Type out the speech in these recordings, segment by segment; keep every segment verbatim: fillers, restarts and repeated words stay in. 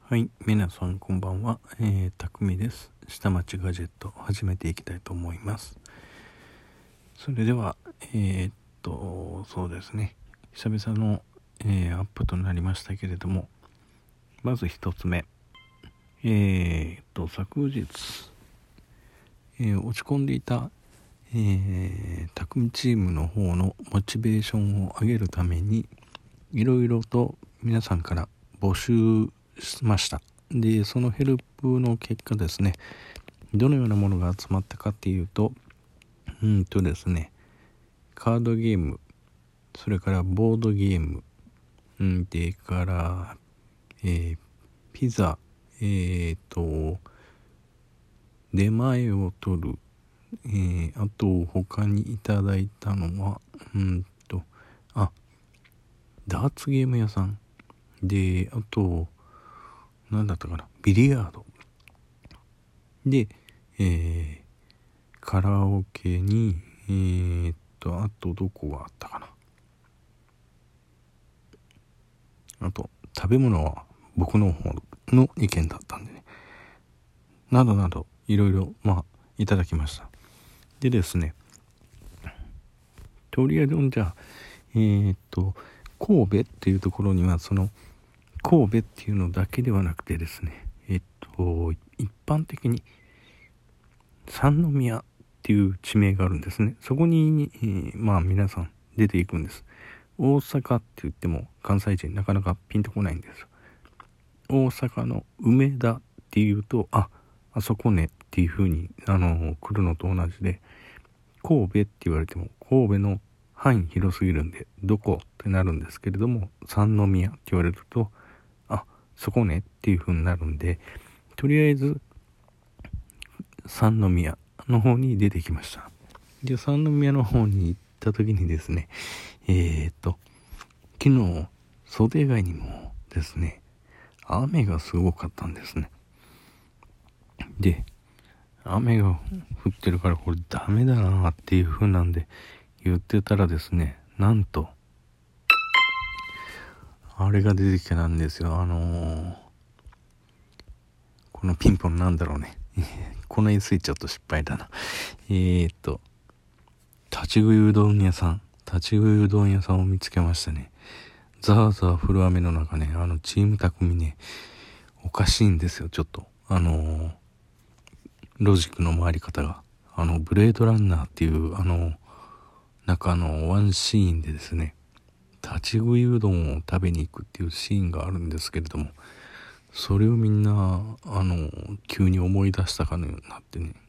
はい、皆さんこんばんは、えー、たくみです。下町ガジェット始めていきたいと思います。それではえー、っとそうですね、久々の、えー、アップとなりましたけれども、まず一つ目、えー、っと昨日、えー、落ち込んでいたえー、たくみチームの方のモチベーションを上げるためにいろいろと皆さんから募集しました。でそのヘルプの結果ですね、どのようなものが集まったかっていうとうんとですねカードゲーム、それからボードゲーム、うんでから、えー、ピザ、えーと出前を取る、えー、あと他にいただいたのはうんとあダーツゲーム屋さんで、あと何だったかな、ビリヤードで、えー、カラオケにえー、っとあとどこがあったかな、あと食べ物は僕の方の意見だったんでね、などなどいろいろまあいただきました。でですね、とりあえずじゃあえー、っと神戸っていうところにはその神戸っていうのだけではなくてですね、えっと一般的に三宮っていう地名があるんですね。そこに、えー、まあ皆さん出ていくんです。大阪って言っても関西人なかなかピンとこないんですよ。大阪の梅田っていうとああそこねっていう風にあの来るのと同じで、神戸って言われても神戸の範囲広すぎるんでどこってなるんですけれども、三宮って言われるとあそこねっていう風になるんで、とりあえず三宮の方に出てきました。で三宮の方に行った時にですね、えー、っと昨日想定外にもですね雨がすごかったんですね。で雨が降ってるからこれダメだなっていう風なんで言ってたらですね、なんとあれが出てきたんですよ。あのー、このピンポンなんだろうねこの エス ちょっと失敗だな。えー、っと立ち食いうどん屋さん立ち食いうどん屋さんを見つけましたね。ザーザー降る雨の中ね、あのチームたくみねおかしいんですよ。ちょっとあのー、ロジックの回り方があのブレードランナーっていうあの中のワンシーンでですね、立ち食いうどんを食べに行くっていうシーンがあるんですけれども、それをみんなあの急に思い出したかのようになってね、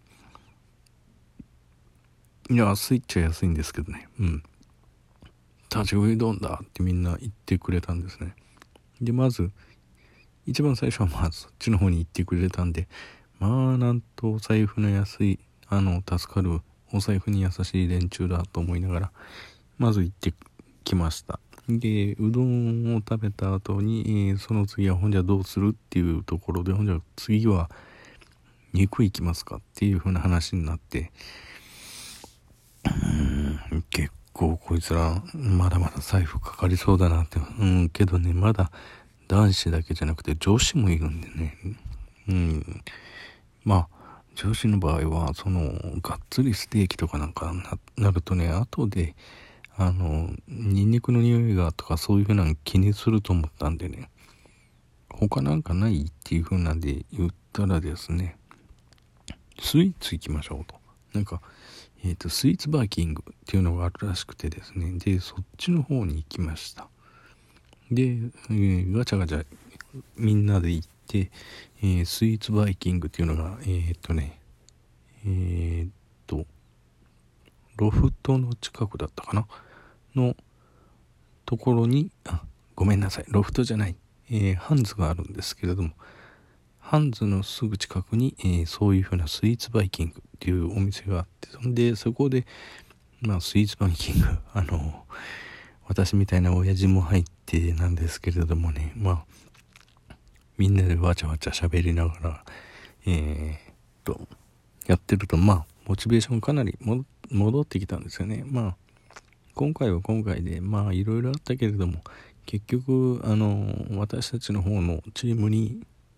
いや安いっちゃ安いんですけどね、うん立ち食いうどんだってみんな言ってくれたんですね。でまず一番最初はまあそっちの方に行ってくれたんで、まあなんとお財布の安いあの助かるお財布に優しい連中だと思いながらまず行ってきました。でうどんを食べた後に、えー、その次はほんじゃどうするっていうところで、ほんじゃ次は肉行きますかっていう風な話になって、うーん結構こいつらまだまだ財布かかりそうだなって、うんけどねまだ男子だけじゃなくて女子もいるんでね、うんまあ女子の場合はそのがっつりステーキとかなんか な, なるとね後であのニンニクの匂いがとかそういう風なの気にすると思ったんでね、他なんかないっていう風なんで言ったらですね、スイーツ行きましょうと、なんかえーとスイーツバーキングっていうのがあるらしくてですね、でそっちの方に行きました。で、えー、ガチャガチャみんなで行って、えー、スイーツバイキングっていうのがえー、っとねえー、っとロフトの近くだったかなのところに、あごめんなさいロフトじゃない、えー、ハンズがあるんですけれども、ハンズのすぐ近くに、えー、そういう風なスイーツバイキングっていうお店があって、そんでそこでまあスイーツバイキングあの私みたいな親父も入ってなんですけれどもね、まあみんなでわちゃわちゃ喋りながらえー、っとやってると、まあモチベーションかなりも戻ってきたんですよね。まあ今回は今回でまあいろいろあったけれども、結局あの私たちの方のチームに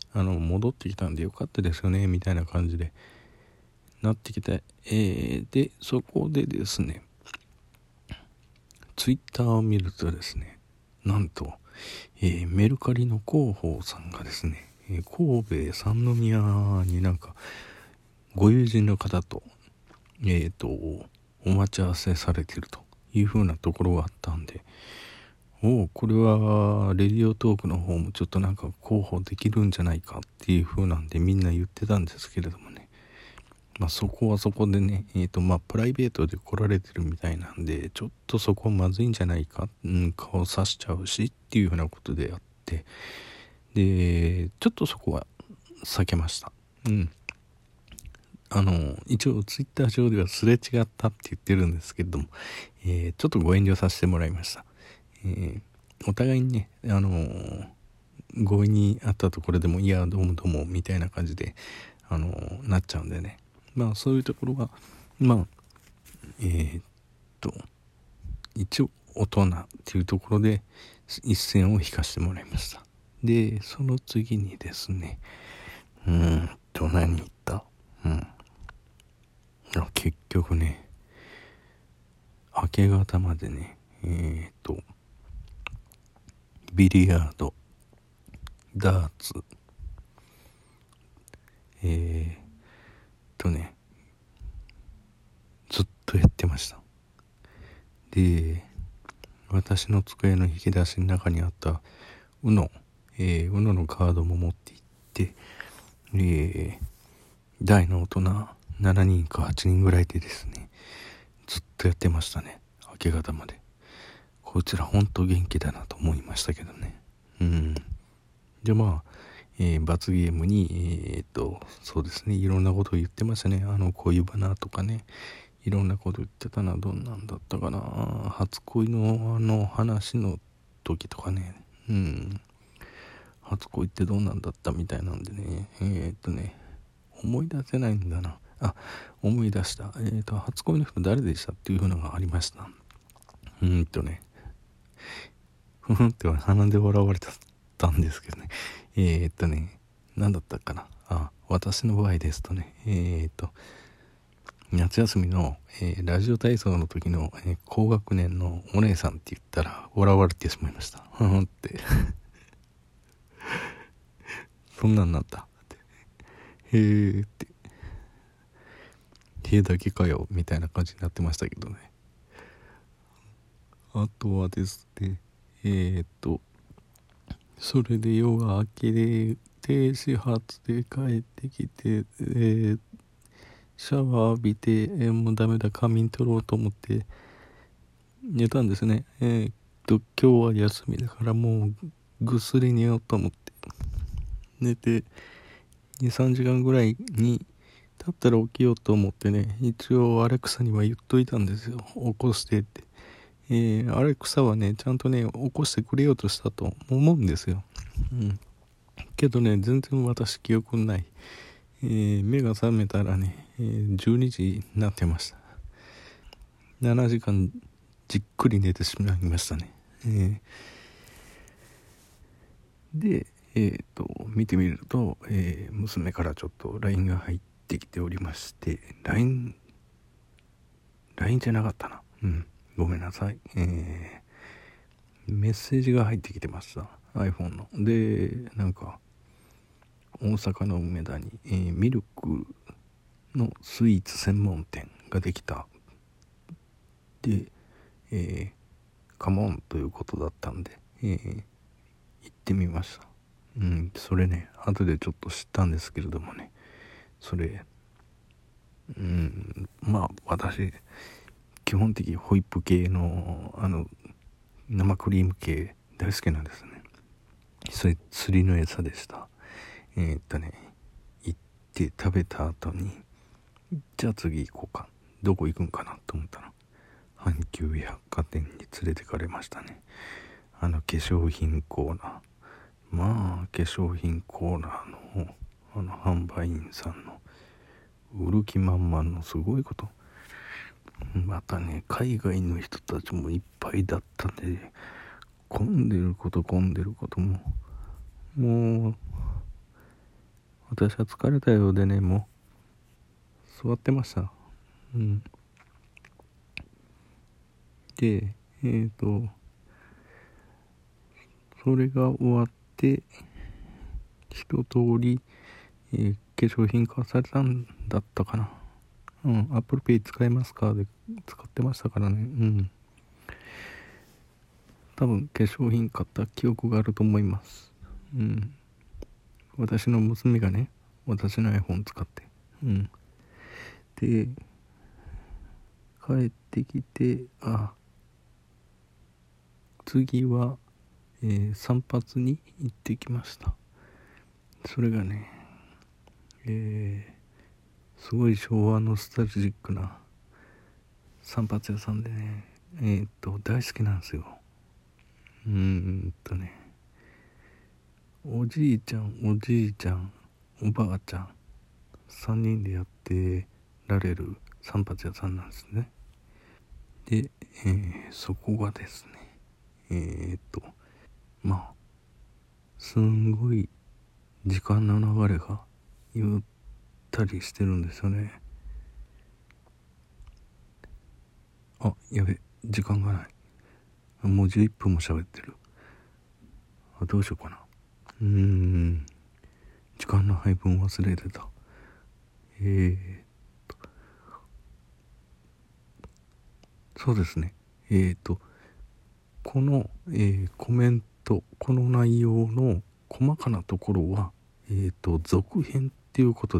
あの戻ってきたんでよかったですよねみたいな感じでなってきて、えー、でそこでですねツイッターを見るとですね、なんと、えー、メルカリの広報さんがですね、えー、神戸三宮になんかご友人の方とえーとお待ち合わせされているという風なところがあったんで、おおこれはレディオトークの方もちょっとなんか広報できるんじゃないかっていう風なんでみんな言ってたんですけれどもね、まあそこはそこでね、えーとまあプライベートで来られてるみたいなんでちょっとそこまずいんじゃないか、うん、顔さしちゃうしっていう風なことであって、でちょっとそこは避けました。うんあの一応ツイッター上ではすれ違ったって言ってるんですけれども、えー、ちょっとご遠慮させてもらいました。えー、お互いにね、あのー、合意にあったところでもいやどうもどうもみたいな感じで、あのー、なっちゃうんでね、まあそういうところがまあえー、っと一応大人っていうところで一線を引かしてもらいました。でその次にですねうーんと何言ったうん結局ね明け方までねえー、っとビリヤードダーツえー、っとねずっとやってました。で私の机の引き出しの中にあった ウノ、えー、ウノのカードも持って行って、えー、大の大人しちにんかはちにんぐらいでですねずっとやってましたね。明け方までこいつらほんと元気だなと思いましたけどね。うんでまあ、えー、罰ゲームにえー、っとそうですねいろんなことを言ってましたね。あの恋バナとかねいろんなこと言ってたな。どんなんだったかな、初恋のあの話の時とかね、うん初恋ってどうなんだったみたいなんでねえー、っとね思い出せないんだなあ思い出したえー、っと初恋の人誰でしたっていうのがありました。うんとねふふんって鼻で笑われたんですけどねえー、っとね何だったかなあ私の場合ですとねえー、っと夏休みの、えー、ラジオ体操の時の、えー、高学年のお姉さんって言ったら笑われてしまいました。ふんってそんなんなったってへーってへーだけかよみたいな感じになってましたけどね。あとはですねえー、っとそれで夜が明けて始発で帰ってきて、えー、シャワー浴びて、えー、もうダメだ仮眠取ろうと思って寝たんですね。えー、っと今日は休みだからもうぐっすり寝ようと思って寝てにさんじかんぐらいに経ったら起きようと思ってね一応アレクサには言っといたんですよ。起こしてって、えー、アレクサはねちゃんとね起こしてくれようとしたと思うんですよ。うんけどね全然私記憶ない、えー、目が覚めたらね、えー、じゅうにじになってました。ななじかんじっくり寝てしまいましたね。えー、でえー、と見てみると、えー、娘からちょっと ライン が入ってきておりまして ライン ライン じゃなかったなうんごめんなさい、えー、メッセージが入ってきてました iPhone のでなんか大阪の梅田に、えー、ミルクのスイーツ専門店ができたで、えー、カモンということだったんで、えー、行ってみました。うんそれね後でちょっと知ったんですけれどもねそれうんまあ私基本的ホイップ系のあの生クリーム系大好きなんですね。それ釣りの餌でした。えー、っとね行って食べた後にじゃあ次行こうかどこ行くんかなと思ったら阪急百貨店に連れてかれましたね。あの化粧品コーナーまあ化粧品コーナーのあの販売員さんの売る気満々のすごいことまたね海外の人たちもいっぱいだったんで混んでること混んでることももう私は疲れたようでね、もう座ってました。うん。で、えーと、それが終わって、一通り、えー化粧品化されたんだったかな。うん、Apple Pay 使えますかで使ってましたからね。うん。多分化粧品買った記憶があると思います。うん。私の娘がね、私の iPhone 使って。うん。で、帰ってきて、あ、次は、えー散髪に行ってきました。それがね、えー、すごい昭和ノスタルジックな散髪屋さんでね、えー、っと、大好きなんですよ。うーんとね、おじいちゃん、おじいちゃん、おばあちゃん、さんにんでやってられる散髪屋さんなんですね。で、えーそこがですね、えー、っと、まあ、すんごい時間の流れがゆったりしてるんですよね。あ、やべ、時間がない。もうじゅういっぷんも喋ってる。あ、どうしようかな。うーん、時間の配分忘れてた。えー、そうですね。えーと、この、えーコメント、この内容の細かなところは、えーと、続編っていうことで、